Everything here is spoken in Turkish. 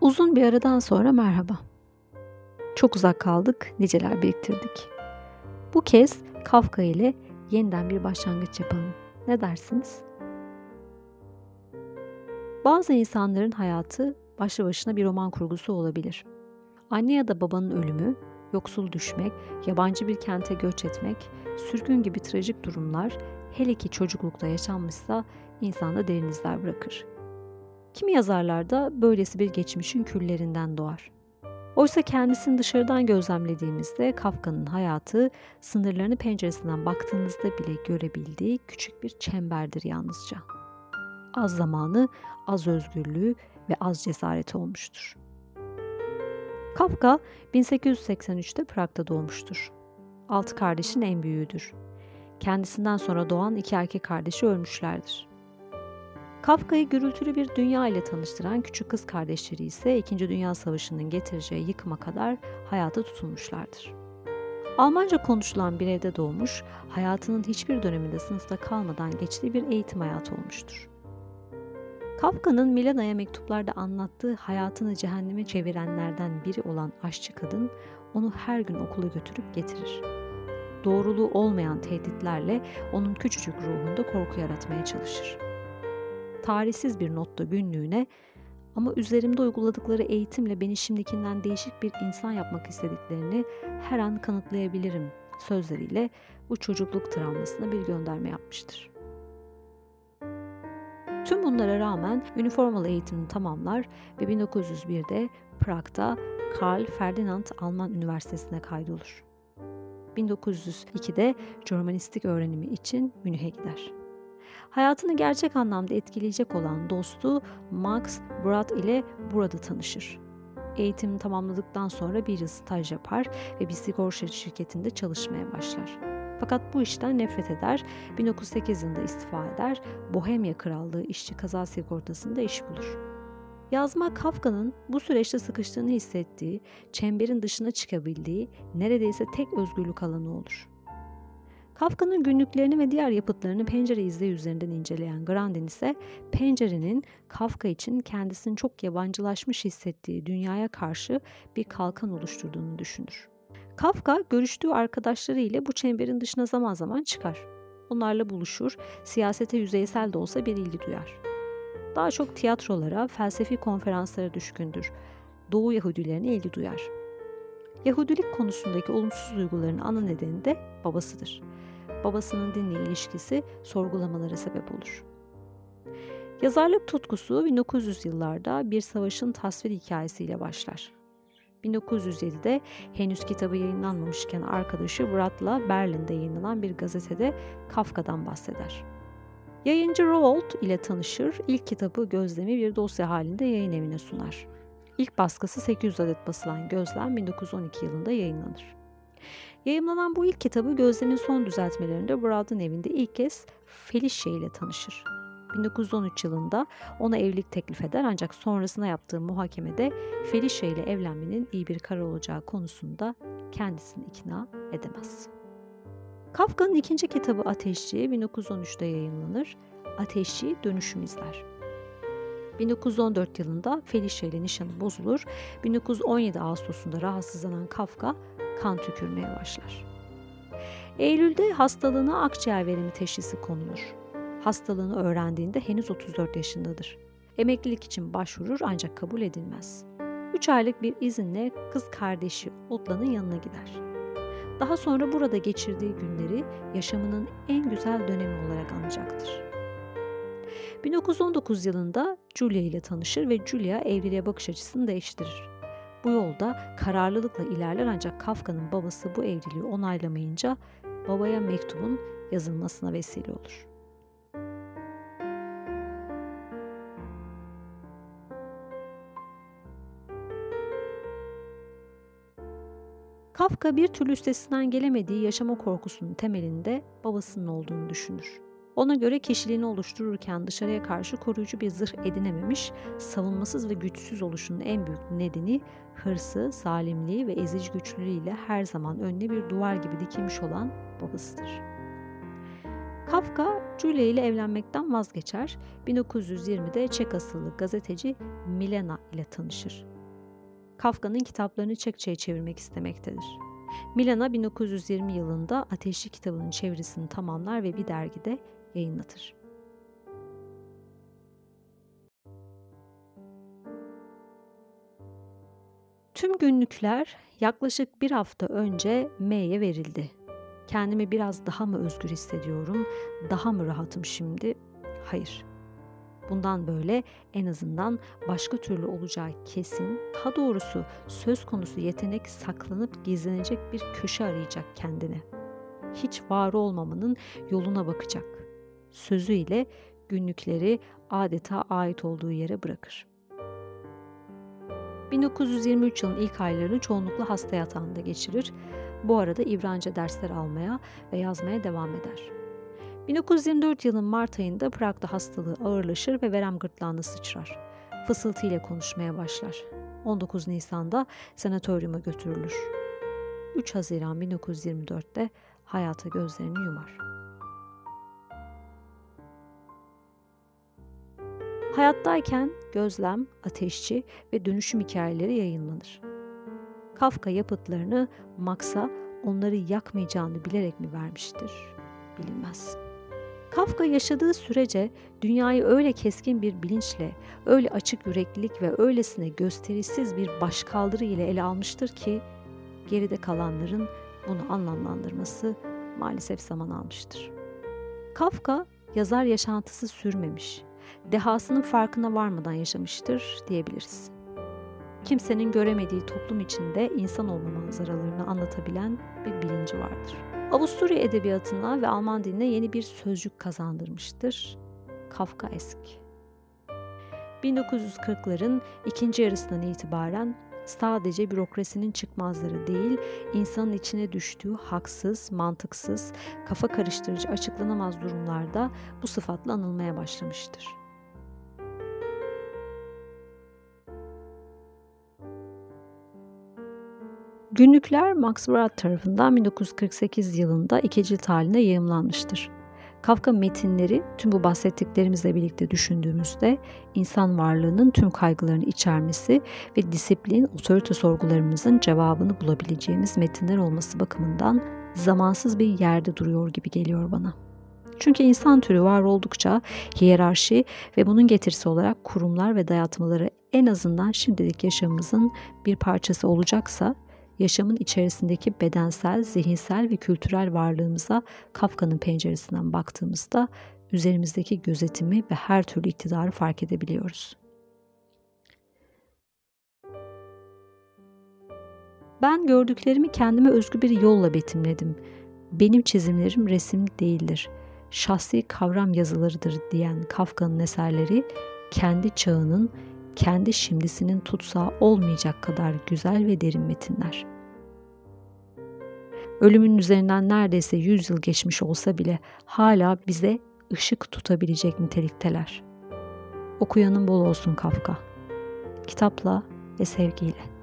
Uzun bir aradan sonra merhaba. Çok uzak kaldık, niceler biriktirdik. Bu kez Kafka ile yeniden bir başlangıç yapalım. Ne dersiniz? Bazı insanların hayatı başlı başına bir roman kurgusu olabilir. Anne ya da babanın ölümü, yoksul düşmek, yabancı bir kente göç etmek, sürgün gibi trajik durumlar, hele ki çocuklukta yaşanmışsa insanda derin izler bırakır. Kimi yazarlar da böylesi bir geçmişin küllerinden doğar. Oysa kendisini dışarıdan gözlemlediğimizde Kafka'nın hayatı sınırlarını penceresinden baktığınızda bile görebildiği küçük bir çemberdir yalnızca. Az zamanı, az özgürlüğü ve az cesareti olmuştur. Kafka 1883'te Prag'da doğmuştur. 6 kardeşin en büyüğüdür. Kendisinden sonra doğan 2 erkek kardeşi ölmüşlerdir. Kafka'yı gürültülü bir dünya ile tanıştıran küçük kız kardeşleri ise 2. Dünya Savaşı'nın getireceği yıkıma kadar hayata tutulmuşlardır. Almanca konuşulan bir evde doğmuş, hayatının hiçbir döneminde sınıfta kalmadan geçtiği bir eğitim hayatı olmuştur. Kafka'nın Milena'ya mektuplarda anlattığı hayatını cehenneme çevirenlerden biri olan aşçı kadın onu her gün okula götürüp getirir. Doğruluğu olmayan tehditlerle onun küçücük ruhunda korku yaratmaya çalışır. Tarihsiz bir notta günlüğüne ama üzerimde uyguladıkları eğitimle beni şimdikinden değişik bir insan yapmak istediklerini her an kanıtlayabilirim sözleriyle bu çocukluk travmasına bir gönderme yapmıştır. Tüm bunlara rağmen üniformalı eğitimini tamamlar ve 1901'de Prag'da Karl Ferdinand Alman Üniversitesi'ne kaydolur. 1902'de Germanistik öğrenimi için Münih'e gider. Hayatını gerçek anlamda etkileyecek olan dostu Max Brod ile burada tanışır. Eğitimini tamamladıktan sonra bir yıl staj yapar ve bir sigorta şirketinde çalışmaya başlar. Fakat bu işten nefret eder, 1908 yılında istifa eder, Bohemya Krallığı işçi kaza sigortasında iş bulur. Yazma Kafka'nın bu süreçte sıkıştığını hissettiği, çemberin dışına çıkabildiği neredeyse tek özgürlük alanı olur. Kafka'nın günlüklerini ve diğer yapıtlarını pencere izleyi üzerinden inceleyen Grandin ise pencerenin Kafka için kendisini çok yabancılaşmış hissettiği dünyaya karşı bir kalkan oluşturduğunu düşünür. Kafka görüştüğü arkadaşları ile bu çemberin dışına zaman zaman çıkar. Onlarla buluşur, siyasete yüzeysel de olsa bir ilgi duyar. Daha çok tiyatrolara, felsefi konferanslara düşkündür. Doğu Yahudilerine ilgi duyar. Yahudilik konusundaki olumsuz duyguların ana nedeni de babasıdır. Babasının dinle ilişkisi sorgulamalara sebep olur. Yazarlık tutkusu 1900 yıllarda bir savaşın tasvir hikayesiyle başlar. 1907'de henüz kitabı yayınlanmamışken arkadaşı Brad'la Berlin'de yayınlanan bir gazetede Kafka'dan bahseder. Yayıncı Rowohlt ile tanışır, ilk kitabı Gözlem'i bir dosya halinde yayın evine sunar. İlk baskısı 800 adet basılan Gözlem 1912 yılında yayınlanır. Yayımlanan bu ilk kitabı Gözlem'in son düzeltmelerinde Brad'ın evinde ilk kez Felicia ile tanışır. 1913 yılında ona evlilik teklif eder ancak sonrasında yaptığı muhakemede Felicia ile evlenmenin iyi bir karar olacağı konusunda kendisini ikna edemez. Kafka'nın ikinci kitabı Ateşçi 1913'te yayımlanır. Ateşçi dönüşüm izler. 1914 yılında Felicia ile nişanı bozulur. 1917 Ağustos'unda rahatsızlanan Kafka kan tükürmeye başlar. Eylül'de hastalığına akciğer veremi teşhisi konulur. Hastalığını öğrendiğinde henüz 34 yaşındadır. Emeklilik için başvurur ancak kabul edilmez. 3 aylık bir izinle kız kardeşi Otla'nın yanına gider. Daha sonra burada geçirdiği günleri yaşamının en güzel dönemi olarak anacaktır. 1919 yılında Julia ile tanışır ve Julia evliliğe bakış açısını değiştirir. Bu yolda kararlılıkla ilerler ancak Kafka'nın babası bu evliliği onaylamayınca babaya mektubun yazılmasına vesile olur. Kafka bir türlü üstesinden gelemediği yaşama korkusunun temelinde babasının olduğunu düşünür. Ona göre kişiliğini oluştururken dışarıya karşı koruyucu bir zırh edinememiş, savunmasız ve güçsüz oluşunun en büyük nedeni hırsı, zalimliği ve ezici güçlülüğüyle her zaman önüne bir duvar gibi dikilmiş olan babasıdır. Kafka, Julia ile evlenmekten vazgeçer, 1920'de Çek asıllı gazeteci Milena ile tanışır. Kafka'nın kitaplarını Çekçe'ye çevirmek istemektedir. Milana 1920 yılında Ateşli kitabının çevirisini tamamlar ve bir dergide yayınlatır. Tüm günlükler yaklaşık bir hafta önce M'ye verildi. Kendimi biraz daha mı özgür hissediyorum, daha mı rahatım şimdi? Hayır. Bundan böyle en azından başka türlü olacağı kesin, daha doğrusu söz konusu yetenek saklanıp gizlenecek bir köşe arayacak kendine. Hiç var olmamanın yoluna bakacak. Sözüyle günlükleri adeta ait olduğu yere bırakır. 1923 yılının ilk aylarını çoğunlukla hasta yatağında geçirir. Bu arada İbranice dersler almaya ve yazmaya devam eder. 1924 yılının Mart ayında Prag'da hastalığı ağırlaşır ve verem gırtlağına sıçrar. Fısıltıyla konuşmaya başlar. 19 Nisan'da sanatoryuma götürülür. 3 Haziran 1924'te hayata gözlerini yumar. Hayattayken Gözlem, Ateşçi ve Dönüşüm hikayeleri yayınlanır. Kafka yapıtlarını Max'a onları yakmayacağını bilerek mi vermiştir? Bilinmez. Kafka yaşadığı sürece dünyayı öyle keskin bir bilinçle, öyle açık yüreklilik ve öylesine gösterişsiz bir başkaldırı ile ele almıştır ki geride kalanların bunu anlamlandırması maalesef zaman almıştır. Kafka yazar yaşantısı sürmemiş, dehasının farkına varmadan yaşamıştır diyebiliriz. Kimsenin göremediği toplum içinde insan olma manzaralarını anlatabilen bir bilinci vardır. Avusturya edebiyatına ve Alman diline yeni bir sözcük kazandırmıştır. Kafkaesk. 1940'ların ikinci yarısından itibaren sadece bürokrasinin çıkmazları değil, insanın içine düştüğü haksız, mantıksız, kafa karıştırıcı açıklanamaz durumlarda bu sıfatla anılmaya başlamıştır. Günlükler Max Brod tarafından 1948 yılında 2 cilt halinde yayımlanmıştır. Kafka metinleri tüm bu bahsettiklerimizle birlikte düşündüğümüzde insan varlığının tüm kaygılarını içermesi ve disiplin, otorite sorgularımızın cevabını bulabileceğimiz metinler olması bakımından zamansız bir yerde duruyor gibi geliyor bana. Çünkü insan türü var oldukça hiyerarşi ve bunun getirisi olarak kurumlar ve dayatmaları en azından şimdilik yaşamımızın bir parçası olacaksa, yaşamın içerisindeki bedensel, zihinsel ve kültürel varlığımıza Kafka'nın penceresinden baktığımızda üzerimizdeki gözetimi ve her türlü iktidarı fark edebiliyoruz. Ben gördüklerimi kendime özgü bir yolla betimledim. Benim çizimlerim resim değildir, şahsi kavram yazılarıdır diyen Kafka'nın eserleri kendi çağının, kendi şimdisinin tutsağı olmayacak kadar güzel ve derin metinler. Ölümün üzerinden neredeyse 100 yıl geçmiş olsa bile hala bize ışık tutabilecek nitelikteler. Okuyanın bol olsun Kafka. Kitapla ve sevgiyle.